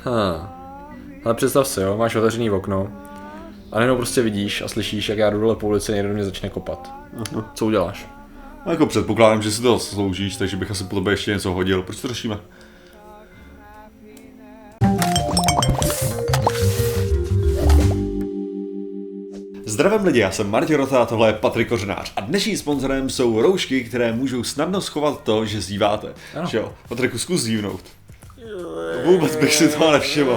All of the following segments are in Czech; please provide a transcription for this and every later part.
Ale představ si, jo, máš otevřený okno a najednou prostě vidíš a slyšíš, jak já jdu dole po ulici a někdo do mě začne kopat. Co uděláš? No, jako předpokládám, že si to sloužíš, takže bych asi po tebe ještě něco hodil. Proč to řešíme? Zdravím lidi, já jsem Martin Rota a tohle je Patrik Kořenář. A dnešním sponzorem jsou roušky, které můžou snadno schovat to, že zíváte. Že jo? Patriku, zkus zívnout. Vůbec bych si toho nevšiml.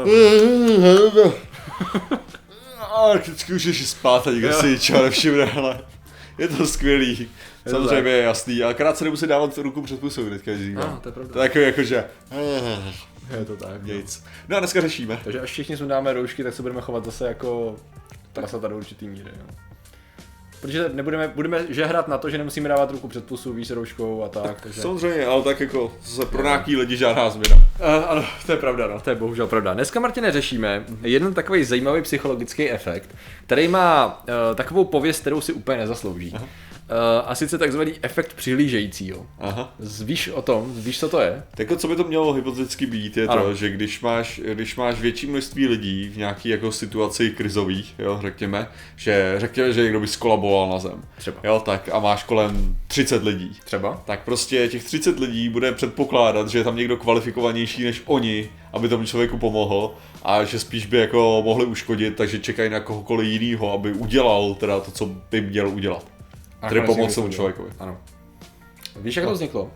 Vždycky už ješ spát a nikdo si ničeho nevšimne, ale je to skvělý. Samozřejmě je jasný, ale krát se nemusí dávat ruku před pusou, teďka zívám. To je pravda. To je takový jako, že... Je to tak. Nic. No a dneska řešíme. Takže až všichni jsme dáme roušky, tak se budeme chovat zase jako prasata do určitý míry. Jo. Protože budeme žehrat na to, že nemusíme dávat ruku před pusu, víc rouškou a tak. Takže... Samozřejmě, ale tak jako zase pro nějaký lidi žádná změna. Ano, to je pravda, no, to je bohužel pravda. Dneska, Martine, řešíme jeden takový zajímavý psychologický efekt, který má takovou pověst, kterou si úplně nezaslouží. A sice takzvaný efekt přihlížejícího. Aha. Víš o tom? Víš, co to je? Tak co by to mělo hypoteticky být, je to, že když máš větší množství lidí v nějaký jako situaci krizových, jo, řekněme, že někdo by skolaboval na zem. Třeba. Jo, tak a máš kolem 30 lidí. Třeba. Tak prostě těch 30 lidí bude předpokládat, že je tam někdo kvalifikovanější než oni, aby tomu člověku pomohl a že spíš by jako mohli uškodit, takže čekají na kohokoliv jinýho, aby udělal teda to, co by měl udělat. Tedy pomoct tomu člověkovi. Ano. Víš, jak to vzniklo?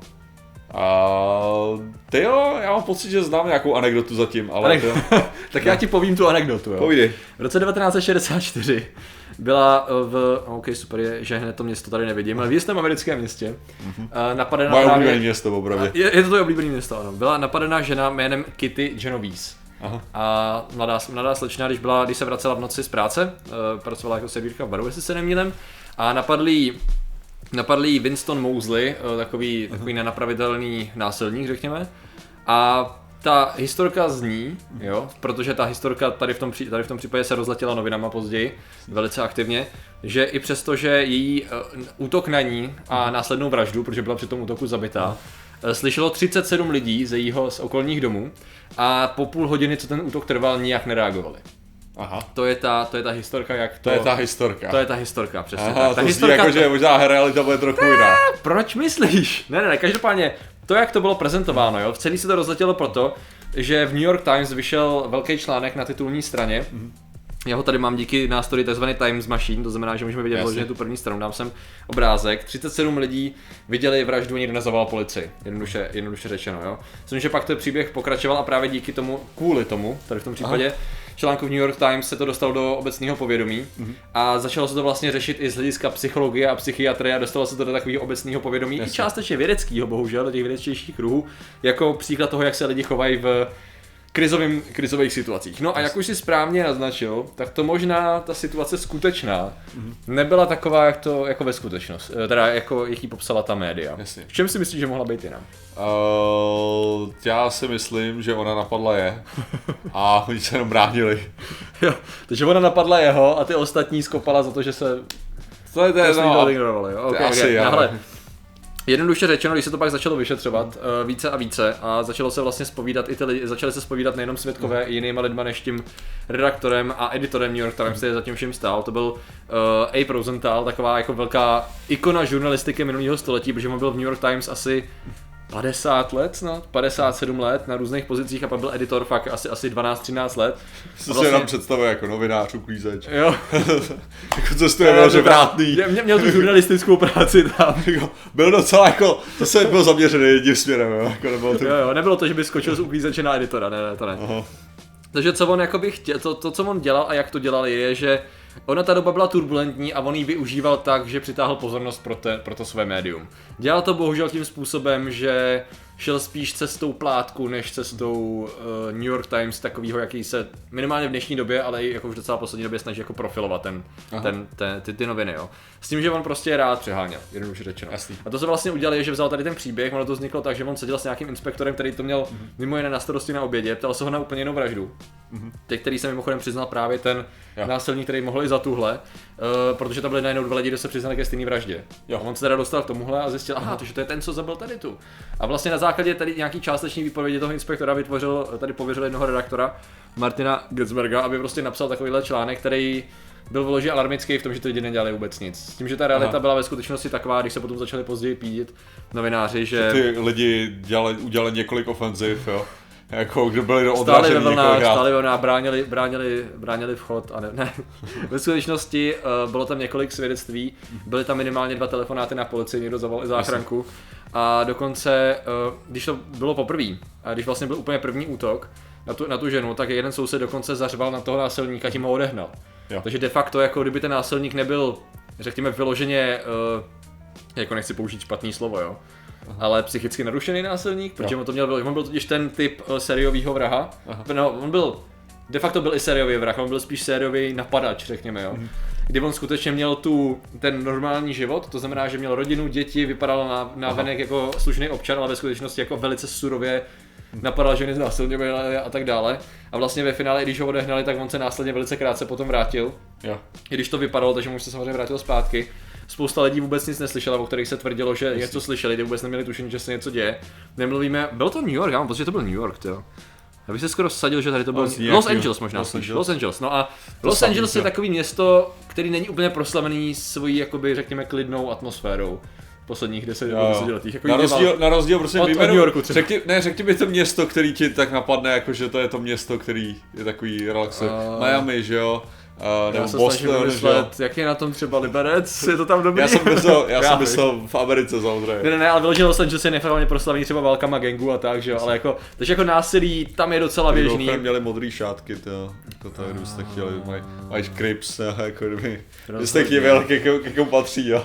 Tyjo, já mám pocit, že znám nějakou anekdotu zatím, ale... Tak já ti povím tu anekdotu, jo. Povídej. V roce 1964 byla OK, super je, že hned to město tady nevidím, ale v jistém americkém městě napadena... Moje oblíbené město, opravdu. Je to tvoje oblíbené město, ano. Byla napadena žena jménem Kitty Genovese. Aha. A mladá slečna, když se vracela v noci z práce, pracovala jako servírka v baru, jestli se nemýlím, a napadl jí Winston Moseley, takový nenapravitelný násilník, řekněme. A ta historka zní, jo, protože ta historka tady v tom případě se rozletěla novinama později, velice aktivně, že i přesto, že její útok na ní a následnou vraždu, protože byla při tom útoku zabitá, slyšelo 37 lidí z okolních domů a po půl hodiny, co ten útok trval, nijak nereagovali. Aha. To je ta historka, jak to... To je ta historka. To je ta historka, přesně. Aha, tak. Ta to historka, zní jako, že možná realita bude trochu jiná. Proč myslíš? Ne, každopádně, to jak to bylo prezentováno, jo, v celý se to rozletělo proto, že v New York Times vyšel velký článek na titulní straně. Já ho tady mám díky nástroji tzv. Times Machine, to znamená, že můžeme vidět vloženě tu první stranu, dám sem obrázek. 37 lidí viděli vraždu, nikdo nezavolal policii, jednoduše řečeno, jo. Myslím, že pak ten příběh pokračoval a právě kvůli tomu, tady v tom případě, článku v New York Times se to dostalo do obecného povědomí a začalo se to vlastně řešit i z hlediska psychologie a psychiatrie a dostalo se to do takového obecného povědomí, i částečně vědeckého, bohužel, do těch vědečtějších kruhů, jako příklad toho, jak se lidi chovají v krizových situacích. No a jak už si správně naznačil, tak to možná ta situace skutečná nebyla taková, jak to jako ve skutečnosti, teda jako jaký popsala ta média. Jasně. V čem si myslíš, že mohla být jiná? Já si myslím, že ona napadla je a oni se jenom bránili. Jo, takže ona napadla jeho a ty ostatní skopala za to, že se to ignorovali. Okay. Jednoduše řečeno, když se to pak začalo vyšetřovat více a více a začalo se vlastně zpovídat i ty lidi, začali se zpovídat nejenom svědkové i jinýma lidma než tím redaktorem a editorem New York Times, který za tím vším stál. To byl Abe Rosenthal, taková jako velká ikona žurnalistiky minulého století, protože on byl v New York Times asi 50 let snad, 57 let na různých pozicích a pak byl editor fakt asi 12-13 let. Co vlastně... si nám představuje jako novinář, uklízeč. Jo. Jako cestuje že vrátný. Měl tu žurnalistickou práci tam. Byl docela jako, to se byl zaměřený jedním směrem, jo. Jako nebylo to, že by skočil z uklízeče na editora, ne, to ne. Aha. Takže co on jakoby chtěl, to, co on dělal a jak to dělal, je, že ona ta doba byla turbulentní a on ji využíval tak, že přitáhl pozornost pro to své médium. Dělal to bohužel tím způsobem, že šel spíš cestou plátku, než cestou New York Times, takovýho, jaký se minimálně v dnešní době, ale i jako už docela poslední době snaží jako profilovat ty noviny, jo. S tím, že on prostě rád přeháněl, jednoduše řečeno. Jasný. A to, co vlastně udělali, že vzal tady ten příběh, ono to vzniklo tak, že on seděl s nějakým inspektorem, který to měl mimo jiné na starosti na obědě, ptal se ho na úplně jinou vraždu. Těch, který jsem mimochodem přiznal právě ten násilník, který mohl i za tuhle, protože tam byly najednou 2 lidi, kdo se přiznali ke stejné vraždě. A on se teda dostal k tomuhle a zjistil, že to je ten, co zabil tady tu. A vlastně na základě tady nějaký částečný výpovědi toho inspektora pověřil jednoho redaktora, Martina Getsberga, aby prostě napsal takovýhle článek, který byl vyloženě alarmický v tom, že ty lidi nedělali vůbec nic. S tím, že ta realita byla ve skutečnosti taková, když se potom začali později pídit novináři, že ty lidi udělali několik ofenziv, jo. Jako, kdo byli odraženi několikrát. Stáli ve vlnách, bránili vchod a ne. Ve skutečnosti bylo tam několik svědectví, byly tam minimálně 2 telefonáty na policii, někdo zavolal záchranku. A dokonce, když to bylo poprvé, a když vlastně byl úplně první útok na tu ženu, tak jeden soused dokonce zařval na toho násilníka, tím ho odehnal. Jo. Takže de facto, jako kdyby ten násilník nebyl, řekněme, vyloženě, jako nechci použít špatný slovo, jo, ale psychicky narušený násilník, protože on byl totiž ten typ sériového vraha. No, de facto byl i sériový vrah, on byl spíš sériový napadač, řekněme, jo. Kdy on skutečně měl ten normální život, to znamená, že měl rodinu, děti, vypadal na venek jako slušný občan, ale ve skutečnosti jako velice surově napadal ženy, znásilňoval a tak dále. A vlastně ve finále, když ho odehnali, tak on se následně velice krátce potom vrátil. Jo. I když to vypadalo, takže mu se samozřejmě vrátil zpátky. Spousta lidí vůbec nic neslyšela, o kterých se tvrdilo, že něco slyšeli, ty vůbec neměli tušení, že se něco děje. Nemluvíme, bylo to New York, já mám pocit, že to byl New York, jo. Já bych se skoro vsadil, že tady to byl Los Angeles možná. Los Angeles. No a Los Angeles je takový město, který není úplně proslavený svojí, jakoby, řekněme, klidnou atmosférou. Posledních 10 letech. Jako na rozdíl prostě New Yorku řekni mi to město, který ti tak napadne, jako že to je to město, který je takový relaxuje. Miami, že jo? Já se snažím vymyslet, jak je na tom třeba Liberec, je to tam dobrý? Já jsem myslel v Americe samozřejmě. Ne, ale vyloženě Los Angeles je neférálně proslavený třeba válkama gangů a tak, že jo, ale jako, takže jako násilí tam je docela běžný. Kdyby měli modrý šátky, kdyby jste chtěli, mají Crips, jako kdyby jste chtěli, k jakou patří, jo.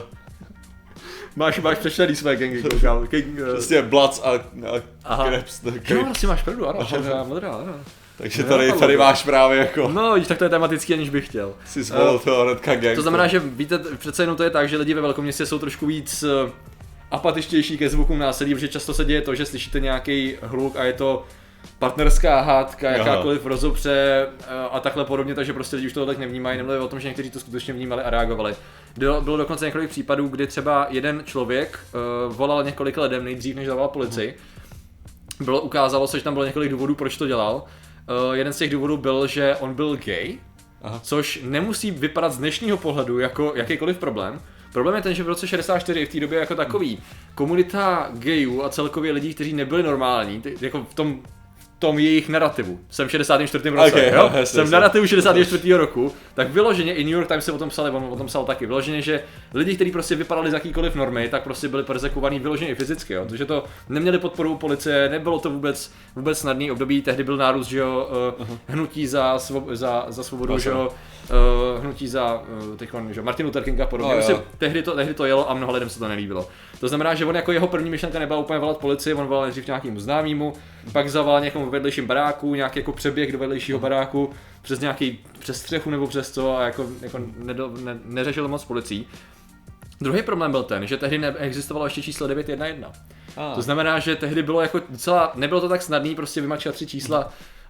Máš přečtený své gangy, koukám. Prostě Bloods a Crips. Jo, asi máš pravdu, ano, červená, modrá, ano. Takže tady máš právě jako... No, vidíš, tak to je tematický, aniž bych chtěl. Si zvolil toho Redka gang. To znamená, že víte, přece jenom to je tak, že lidi ve velkoměstě jsou trošku víc apatičtější ke zvukům násilí, protože často se děje to, že slyšíte nějaký hluk a je to partnerská hádka, jakákoliv rozopře a takhle podobně, takže prostě lidi už to tak nevnímají, nemluví o tom, že někteří to skutečně vnímali a reagovali. Bylo dokonce několik případů, kdy třeba jeden člověk volal několik lidem nejdřív, než zavolal policii. Ukázalo se, že tam bylo několik důvodů, proč to dělal. Jeden z těch důvodů byl, že on byl gay, což nemusí vypadat z dnešního pohledu jako jakýkoliv problém. Problém je ten, že v roce 64 v té době jako takový komunita gayů a celkově lidí, kteří nebyli normální, jako v tom jejich narrativu. Jsem v 64. roce, jo? Jsem v narrativu 64. roku, tak vyloženě i New York Times se o tom psali, on o tom psal taky. Vyloženě, že lidi, kteří prostě vypadali z jakýkoliv normy, tak prostě byli perzekovaní vyloženě fyzicky, jo? Protože to neměli podporu policie, nebylo to vůbec snadný období, tehdy byl nárůst, že jo, hnutí za svobodu, že jo, hnutí za že Martin Luther King a podobně. Tehdy to jelo a mnoha lidem se to nelíbilo. To znamená, že on jako jeho první myšlenka nebyla úplně volat policii, on volal nejdřív nějakému známému, pak zavolal někomu vedlejším baráku, nějaký jako přeběh do vedlejšího baráku přes střechu nebo přes co a jako neřešil moc policií. Druhý problém byl ten, že tehdy neexistovalo ještě číslo 911. To znamená, že tehdy bylo jako docela, nebylo to tak snadný prostě vymačkat 3 čísla.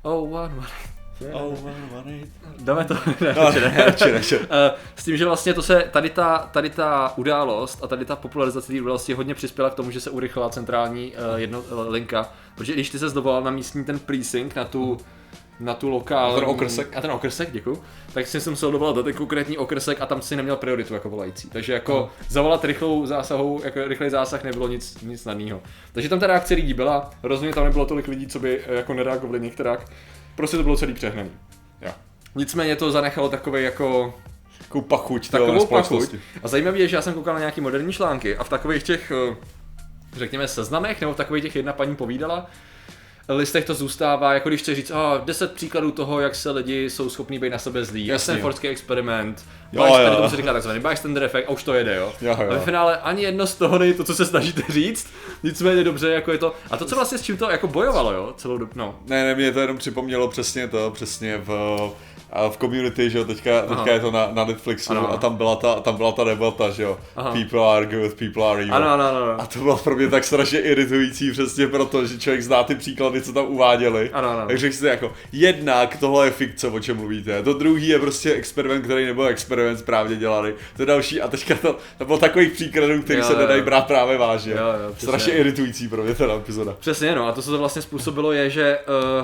Dáme to? Ne. S tím, že vlastně tady ta událost a tady ta popularizace té události hodně přispěla k tomu, že se urychlila centrální linka, protože když ty se zdovolal na místní ten precinct, na tu lokální... ten okrsek, děkuju. Tak si musel dovolat do ten konkrétní okrsek a tam si neměl prioritu jako volající. Takže jako zavolat rychlej zásah nebylo nic snadného. Takže tam ta reakce lidí byla, rozhodně tam nebylo tolik lidí, co by jako nereagovali některák. Prostě to bylo celý přehnaný. Jo. Nicméně to zanechalo takovou pachuť. A zajímavé je, že já jsem koukal na nějaký moderní články a v takových těch, řekněme, seznamech, nebo v takových těch jedna paní povídala, listech to zůstává, jako když chce říct 10 příkladů toho, jak se lidi jsou schopní být na sebe zlí. Stanfordský experiment, tady tomu se říká takzvaný bystander efekt, a už to jede, jo. A ve finále ani jedno z toho není to, co se snažíte říct, nicméně dobře, jako je to. A to, co vlastně s čím to jako bojovalo, jo, celou dobu, no. Ne, mě to jenom připomnělo přesně a v Community, že jo, teďka je to na Netflixu a tam byla ta debata, že jo, people are good, people are evil. Ano. A to bylo pro mě tak strašně iritující přesně proto, že člověk zná ty příklady, co tam uváděli. Ano. Takže si jako, jednak tohle je fikce, o čem mluvíte, to druhý je prostě experiment, který nebyl experiment správně dělaný, to další a teďka to bylo takových příkladů, který se nedají brát právě vážně. Strašně iritující pro mě ta epizoda. Přesně, no a to, co to vlastně způsobilo, je, že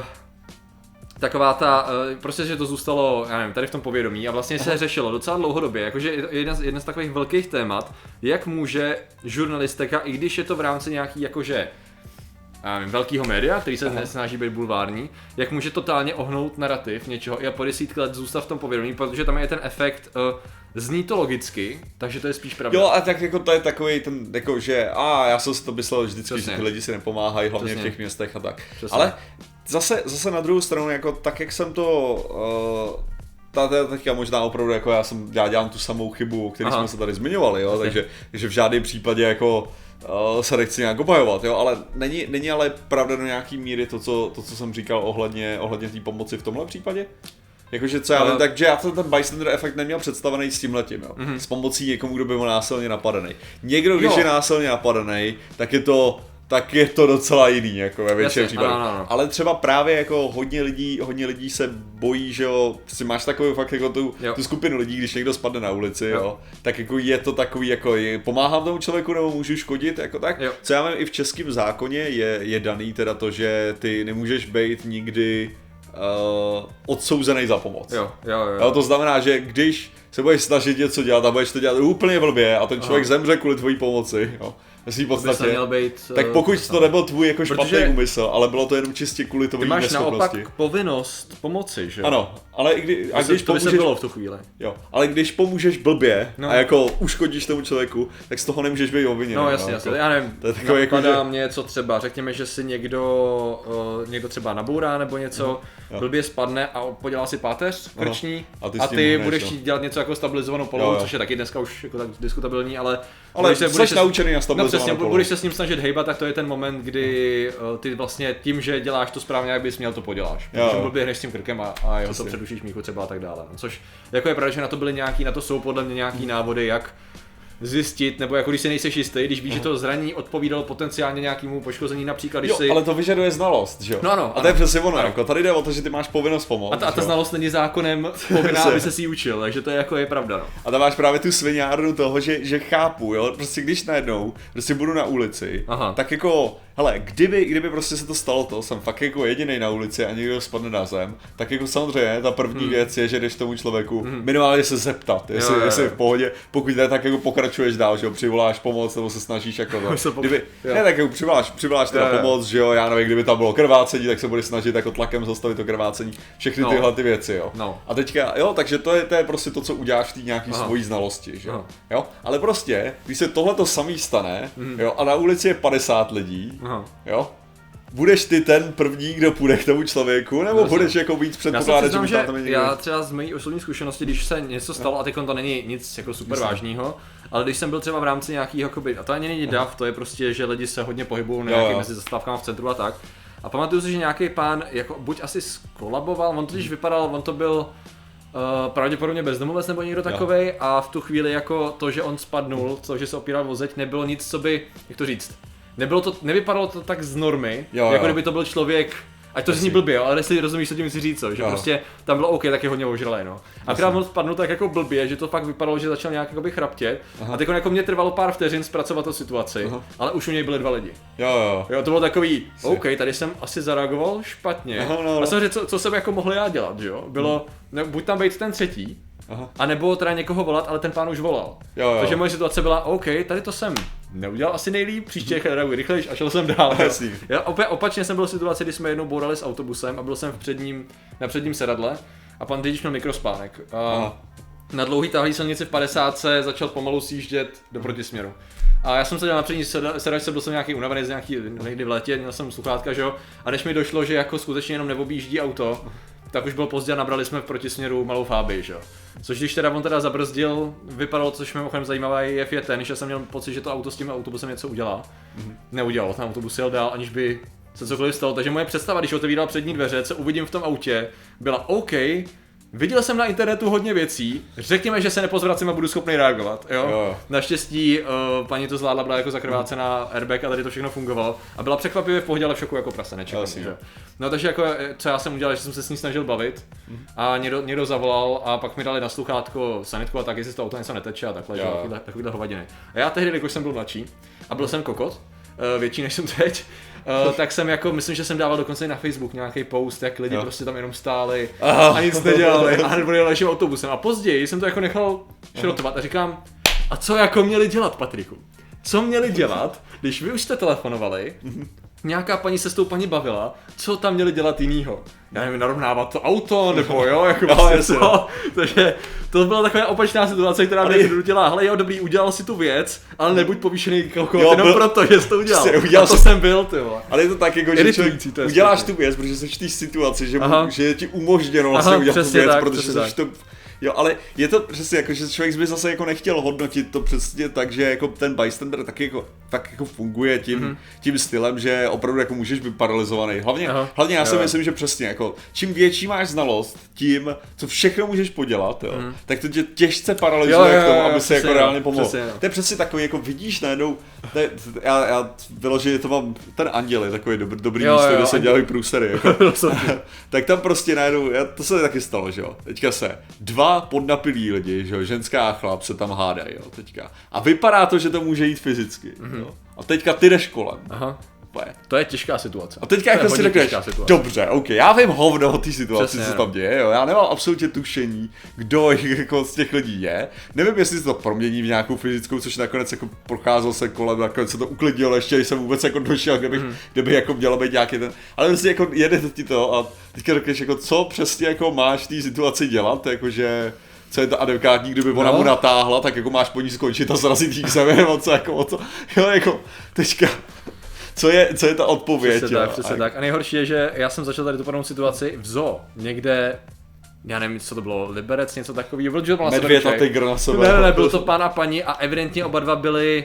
taková ta, prostě, že to zůstalo, já nevím, tady v tom povědomí a vlastně se řešilo docela dlouhodobě, jakože jedna z takových velkých témat, jak může žurnalistika, i když je to v rámci nějaký jakože, já nevím, velkýho média, který se nesnaží být bulvární, jak může totálně ohnout narrativ něčeho i a po 10 let zůstat v tom povědomí, protože tam je ten efekt, zní to logicky, takže to je spíš pravda. Jo, a tak jako to je takový ten, jako že, já jsem si to myslel vždycky, že ty lidi si nepomáhají, hlavně v těch městech a tak. Přesně. Ale zase na druhou stranu, jako tak jak jsem to, teďka možná opravdu, jako já dělám tu samou chybu, o které jsme se tady zmiňovali, jo, takže v žádném případě jako se nechci nějak obhajovat, jo, ale není ale pravda do nějaký míry to, co jsem říkal ohledně té pomoci v tomhle případě? Jakože co já vím, takže já ten bystander efekt neměl představený s tímhletím, jo. S pomocí někomu, kdo by byl násilně napadený. Někdo, když je násilně napadený, tak je to docela jiný, jako ve většině případů. Ale třeba právě jako hodně lidí se bojí, že jo, si máš takový fakt jako tu skupinu lidí, když někdo spadne na ulici, jo, tak jako je to takový jako, pomáhám tomu člověku nebo můžu škodit, jako tak. Co já vím, i v českém zákoně je daný teda to, že ty nemůžeš být nikdy odsouzený za pomoc. Jo, to znamená, že když se budeš snažit něco dělat a budeš to dělat úplně blbě a ten člověk zemře kvůli tvojí pomoci, jo, v podstatě, tak pokud to nebyl tvůj jako špatný úmysl, ale bylo to jenom čistě kvůli tvojí neschopnosti. Ty máš naopak povinnost pomoci, že jo? Ano, ale když pomůžeš, bylo v tu chvíli. Jo, ale když pomůžeš blbě a jako uškodíš tomu člověku, tak z toho nemůžeš být obviněn. No jasně, já nevím, napadá mě co třeba, řekněme, že si někdo třeba nabourá nebo něco, blbě spadne a podělá si páteř krční a ty budeš dělat něco jako stabilizovanou polohu, což je taky dneska už jako tak diskutabilní, ale jsi naučený na stabilizovanou polohu. Budeš se s ním snažit hejbat, tak to je ten moment, kdy ty vlastně tím, že děláš to správně, jak bys měl, to poděláš. Protože blbě hneš s tím krkem a jeho to předušíš míchu třeba a tak dále. Což jako je pravda, že na to byly na to jsou podle mě nějaký návody, jak zjistit, nebo jako když si nejseš jistý, když víš, že to zranění odpovídalo potenciálně nějakému poškození, například když si... ale to vyžaduje znalost, že jo? No ano. A to je přesně ono, jako tady jde o to, že ty máš povinnost pomoct. A ta znalost není zákonem povinná, aby se si ji učil, takže to je jako je pravda, no. A tam máš právě tu sviňárnu toho, že chápu, jo, prostě když najednou, prostě budu na ulici, tak jako, hele, kdyby prostě se to stalo to, jsem fakt jako jedinej na ulici a někdo spadne na zem, tak jako samozřejmě ta první věc je, že jdeš tomu člověku minimálně se zeptat, jestli je v pohodě, pokud ne, tak jako pokračuješ dál, že jo, přivoláš pomoc nebo se snažíš jako to. Ne, tak jako přivoláš teda pomoc, že jo, já nevím, kdyby tam bylo krvácení, tak se budeš snažit jako tlakem zastavit to krvácení, všechny tyhle ty věci, jo. A teďka, jo, takže to je prostě to, co uděláš v té nějaký svojí znalosti, že jo. Ale prostě, když se tohleto samý stane, jo, a na ulici je 50 lidí, jo, budeš ty ten první, kdo půjde k tomu člověku, nebo budeš jako víc předpokládat, že tam je někdo? Já třeba z mojí osobní zkušenosti, když se něco stalo, a teď to není nic jako super vážného, ale když jsem byl třeba v rámci nějakého, a to ani není dav, to je prostě, že lidi se hodně pohybují nějaký mezi zastávkami v centru a tak. A pamatuju si, že nějaký pán jako buď asi skolaboval, on totiž vypadal, on to byl pravděpodobně bezdomovec nebo někdo takovej a v tu chvíli jako to, že on spadnul, to, že se opíral o zeď, nebylo nic, co by, jak to říct, nevypadalo to tak z normy, jako kdyby to byl člověk, ať to zní blbě, ale jestli rozumíš, co tím chci říct, že prostě tam bylo OK, tak je hodně ožralé, no. A když on spadnul tak jako blbě, že to fakt vypadalo, že začal nějak jakoby chraptět a teď jako mě trvalo pár vteřin zpracovat tu situaci, ale už u něj byly 2 lidi. Jo, to bylo takový, OK, tady jsem asi zareagoval špatně. A samozřejmě, co jsem jako mohl já dělat, že jo, bylo, buď tam být ten třetí, a nebo teda někoho volat, ale ten pán už volal. Takže moje situace byla, OK, tady to jsem neudělal asi nejlíp, příště reaguji rychlejš a šel jsem dál. Já opačně jsem byl v situaci, kdy jsme jednou bourali s autobusem a byl jsem na předním sedadle a pan řidič měl mikrospánek. Na dlouhý táhlý silnici v 50 začal pomalu sjíždět do protisměru. A já jsem seděl na přední sedačce, byl jsem nějaký unavený z někdy v létě, měl jsem sluchátka, že jo, a než mi došlo, že jako skutečně jenom neobjíždí auto, tak už bylo pozdě a nabrali jsme v protisměru malou Fábii, že jo. Což když teda on teda zabrzdil, vypadalo, což mimochodem zajímavý jev je ten, že jsem měl pocit, že to auto s tím autobusem něco udělá. Neudělalo, ten autobus jel dál, aniž by se cokoliv stalo, takže moje představa, když otevíral přední dveře, co uvidím v tom autě, byla OK, Viděl jsem na internetu hodně věcí, řekněme, že se nepozvracím a budu schopný reagovat, jo? Jo. Naštěstí paní to zvládla, byla jako zakrvácená airbag a tady to všechno fungovalo a byla překvapivě v pohodě, ale v šoku jako prase, nečekal jsem, že? No takže jako, co já jsem udělal, že jsem se s ní snažil bavit a někdo zavolal a pak mi dali na sluchátko sanitku a tak, jestli to auto něco neteče a takhle, že? Takovýhle hovadiny. A já tehdy, když jsem byl mladší a byl jsem kokot, větší než jsem teď, tak jsem jako, myslím, že jsem dával dokonce i na Facebook nějaký post, jak lidi prostě tam jenom stáli a nic nedělali a hned byli dalším autobusem. A později jsem to jako nechal šrotovat a říkám, a co jako měli dělat, Patriku? Co měli dělat, když vy už jste telefonovali, nějaká paní se s tou paní bavila, co tam měli dělat jinýho? Já nevím, narovnávat to auto, nebo jo, jako vlastně to. Takže to byla taková opačná situace, která mě vynutila, hele jo, dobrý, udělal si tu věc, ale nebuď povýšený kokot, jenom proto, že jsi to udělal. A to jsem byl, ty vole. Ale je to tak, jako, že uděláš tu věc, protože jsi v té situaci, že je ti umožněno vlastně udělat tu věc, tak, protože jsi to... Jo, ale je to přesně jako, že člověk by zase jako nechtěl hodnotit to přesně tak, že jako ten bystander tak jako funguje tím stylem, že opravdu jako můžeš být paralizovaný. Hlavně já si myslím, že přesně jako čím větší máš znalost tím, co všechno můžeš podělat, jo, tak to tě těžce paralyzuje k tomu, aby se jako reálně pomohl. To je přesně takový, jako vidíš najednou, já vyloženě to mám, ten Anděl je takový dobrý místo, kde se dělají průsery, jako. Tak tam prostě najednou, to se taky stalo, že jo, teďka se dva podnapilí lidi, že jo, ženská a chlap se tam hádají, jo, teďka. A vypadá to, že to může jít fyzicky, jo. A teďka ty jdeš kolem. To je těžká situace. A teďka jako si řekneš, dobře, ok, já vím hovno o té situaci, co tam děje, jo, já nemám absolutně tušení, kdo jako z těch lidí je, nevím, jestli se to promění v nějakou fyzickou, což nakonec jako procházel se kolem, nakonec se to uklidnilo, ještě jsem vůbec jako došel, kdyby jako mělo být nějaký ten, ale prostě jako jede ti to a teďka řekneš, jako co přesně jako máš v té situaci dělat, jakože co je to adekvátní, kdyby ona mu natáhla, tak jako máš po ní skončit a zrazit jí k zemi, nebo co, jako, jo, jako, teďka, co je ta odpověď, Přesně tak. A nejhorší je, že já jsem začal tady tu podobnou situaci v zoo, někde, já nevím, co to bylo, Liberec, něco takového, protože to byla medvěd a tygr na sebe. Ne, byl to pán a paní a evidentně oba dva byli,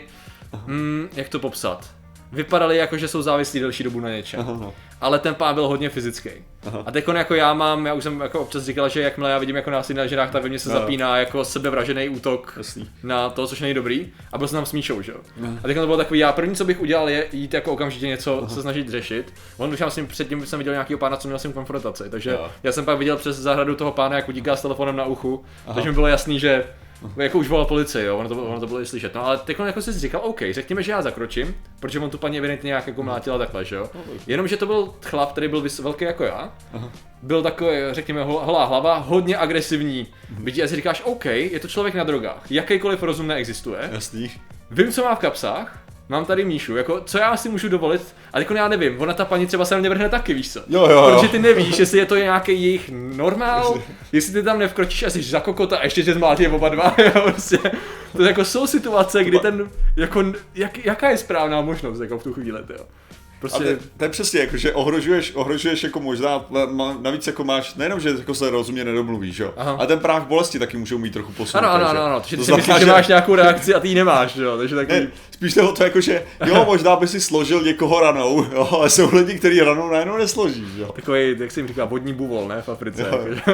jak to popsat, vypadali jako, že jsou závislí delší dobu na něčem. Ale ten pán byl hodně fyzický. A teď jako já už jsem jako občas říkal, že jakmile já vidím jako násilí na ženách, tak ve mně se zapíná jako sebevražený útok na to, což není dobrý. A byl jsem tam s Míšou, že jo. A teď to bylo takový, já první, co bych udělal, je jít jako okamžitě něco se snažit řešit. On už jsem předtím jsem viděl nějakého pána, co měl s ním konfrontaci, takže já jsem pak viděl přes zahradu toho pána, jak utíká s telefonem na uchu, takže mi bylo jasný, že jako už volal policii, jo, ono to bylo i slyšet. No ale teď jako si říkal, OK, řekněme, že já zakročím, protože on tu paní evidentně nějak jako mlátila takhle, že jo. Jenomže to byl chlap, který byl velký jako já. Byl takový, řekněme, holá hlava, hodně agresivní. Vidíš, a si říkáš, OK, je to člověk na drogách, jakýkoliv rozum neexistuje. Jasný. Vím, co má v kapsách. Mám tady Míšu, jako co já si můžu dovolit, ale jako já nevím, ona ta paní třeba se na mě vrhne taky, víš co? Jo. Protože ty nevíš, jestli je to nějaký jejich normál, jestli ty tam nevkročíš a jsi za kokota a ještě tě zmlátí oba dva, jo, prostě. To jako jsou situace, kdy ten, jako, jaká je správná možnost, jako v tu chvíli, jo. Prostě... to je přesně jako, že ohrožuješ jako možná, navíc jako máš, nejenom, že jako se rozumně nedomluvíš, jo, ale ten práh bolesti taky můžou mít trochu posunutý. Ano, takže ty si myslíš, že máš nějakou reakci a ty ji nemáš, jo, takže takový... Ne, spíš to jako, že jo, možná by si složil někoho ranou, jo, ale jsou lidi, kteří ranou najednou nesloží, jo. Takový, jak se jim říká, vodní buvol, ne, v Africe.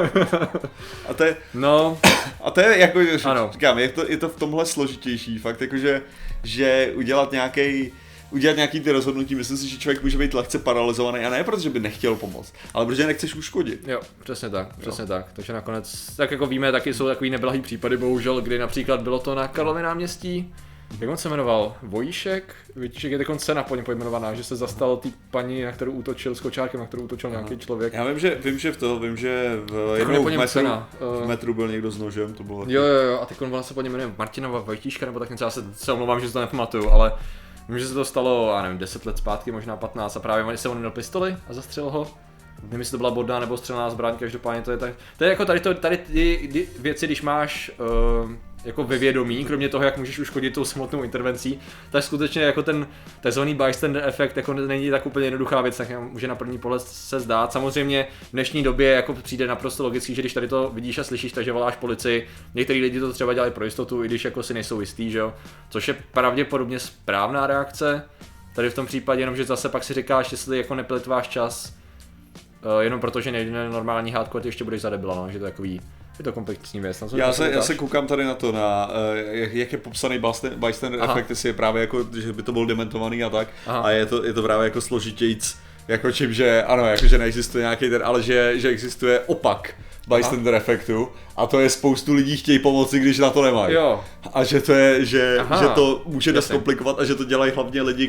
A to je jako, říkám, je to v tomhle složitější, fakt jakože, že udělat nějaký ty rozhodnutí, myslím si, že člověk může být lehce paralizovaný a ne protože by nechtěl pomoct, ale protože nechceš uškodit. Jo, přesně tak. Takže nakonec, tak jako víme, taky jsou takový neblahý případy, bohužel, kdy například bylo to na Karlově náměstí, jak on se jmenoval? Vojíšek? Víš, je taková cena po něm pojmenovaná, že se zastal tý paní, na kterou útočil, s kočárkem, na kterou útočil nějaký člověk. Já vím, že v jednou v metru byl někdo s nožem, to bylo. Jo, a teď ona se po něm jmenuje Martinova Vojtíška, nebo tak něco, já se omlouvám, že si to nepamatuju, ale vím, že se to stalo, já nevím, 10 let zpátky, možná 15 a právě se on měl pistoli a zastřelil ho. Nevím, jestli to byla bodná nebo střelná zbraň, každopádně to je tak. To je jako tady ty věci, když máš jako ve vědomí, kromě toho, jak můžeš uškodit tou samotnou intervencí, tak skutečně jako ten takzvaný bystander efekt jako není tak úplně jednoduchá věc, tak může na první pohled se zdát. Samozřejmě v dnešní době jako přijde naprosto logický, že když tady to vidíš a slyšíš, takže voláš policii. Některý lidi to třeba dělají pro jistotu, i když jako si nejsou jistý, že jo. Což je pravděpodobně správná reakce. Tady v tom případě, jenomže zase pak si říkáš, jestli jako neplitváš čas jenom protože nejde na normální hádku, ty ještě budeš za debila, no, že to je takový, je to komplexní věc. Já se koukám tady na to, jak je popsaný bystander efekt, jestli je právě jako, že by to byl dementovaný a tak. Aha. A je to právě jako složitějc, jako čím, že ano, jako že neexistuje nějaký ten, ale že existuje opak bystander efektu a to je spoustu lidí chtějí pomoci, když na to nemají. Jo. A že to je, že to může dost komplikovat a že to dělají hlavně lidi,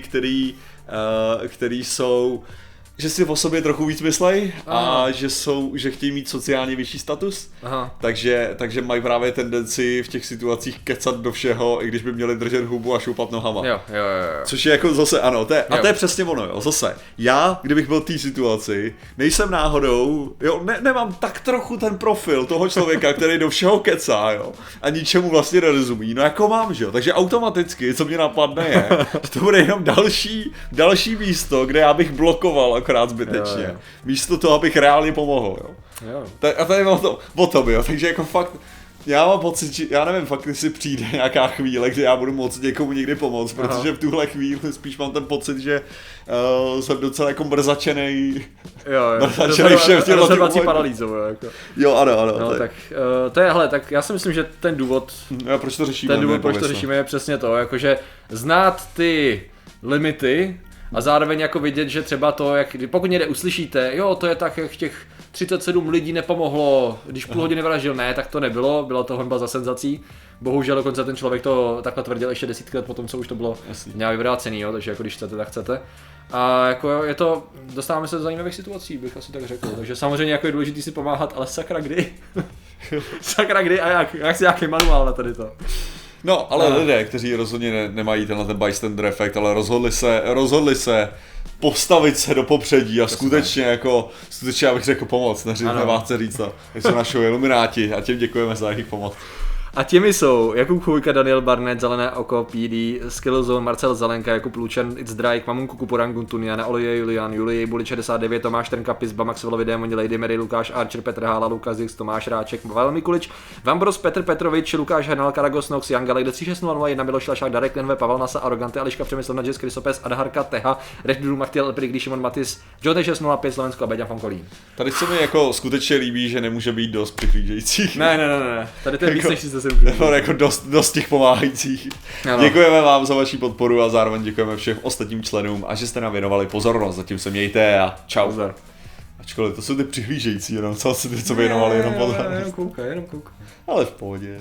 který jsou, že si o sobě trochu víc myslej a že chtějí mít sociálně vyšší status. Aha. Takže mají právě tendenci v těch situacích kecat do všeho, i když by měli držet hubu a šoupat nohama. Jo. Což je jako zase ano, to je přesně ono, jo, zase. Já, kdybych byl v té situaci, nejsem náhodou, jo, nemám tak trochu ten profil toho člověka, který do všeho kecá, jo, a ničemu vlastně nerozumí, no jako mám, že jo, takže automaticky, co mě napadne je, že to bude jenom další místo, kde já bych blokoval akorát zbytečně. Jo. Místo toho, abych reálně pomohl, jo. A to je o tom, jo, takže jako fakt, já mám pocit, že, já nevím fakt, jestli přijde nějaká chvíle, kdy já budu moct někomu někdy pomoct, protože v tuhle chvíli spíš mám ten pocit, že jsem docela jako mrzačenej. Jo. Rozhodovací paralýzou, jako. Jo, ano. No, tak to je, hele, tak já si myslím, že ten důvod, proč to řešíme? Proč to řešíme, je přesně to, jakože znát ty limity a zároveň jako vidět, že třeba to, pokud někde uslyšíte, jo, to je tak, jak těch 37 lidí nepomohlo, když půl hodiny vraždil, ne, tak to nebylo, byla to honba za senzací. Bohužel dokonce ten člověk to takhle tvrdil ještě 10 let potom, co už to bylo nějak vyvrácený, jo, takže jako když chcete, tak chcete. A jako je to, dostáváme se do zajímavých situací, bych asi tak řekl, takže samozřejmě jako je důležité si pomáhat, ale sakra kdy? Sakra kdy a jak si nějaký manuál na tady to? No, ale lidé, kteří rozhodně nemají ten bystander efekt, ale rozhodli se postavit se do popředí a skutečně já bych řekl pomoc, nemáte se říct to. Jsou naši ilumináti a těm děkujeme za jejich pomoc. A těmi jsou Jakub Chvojka, Daniel Barnett, Zelené oko, PD, Skillzone, Marcel Zelenka, Jakub Lučen, It's Drake, Mamun Kukuporan, Guntuniana, Olije, Julian, Julii, Buli 69, Tomáš Trnka, Pizba, Maxwellovi Démoni, Lady Mary, Lukáš Archer, Petr Hála, Lukáš Dix, Tomáš Ráček, Pavel Mikulič, Vambros, Petr Petrovič, Lukáš Hernal, Karagos, Nox, Jan Galek, 36001, Miloš Lašák, Darek Lenve, Pavel Nasa, Arogante, Eliška Přemysl, Nadžes, Krysopes, Adharka, Teha, Reddu, Martial, Elprik, Šimon Matis, Jote 605, Slovensko a Beďan Fonkolín. Tady se mi jako skutečně líbí, že nemůže být dost přihlížejících. Ne. Tady to je víc než 37. Jako dost těch pomáhajících. Ano. Děkujeme vám za vaši podporu a zároveň děkujeme všem ostatním členům a že jste nám věnovali pozornost. Zatím se mějte a čau. Ačkoliv to jsou ty přihlížející, jenom co věnovali jenom pozornost. Jenom koukaj. Ale v pohodě.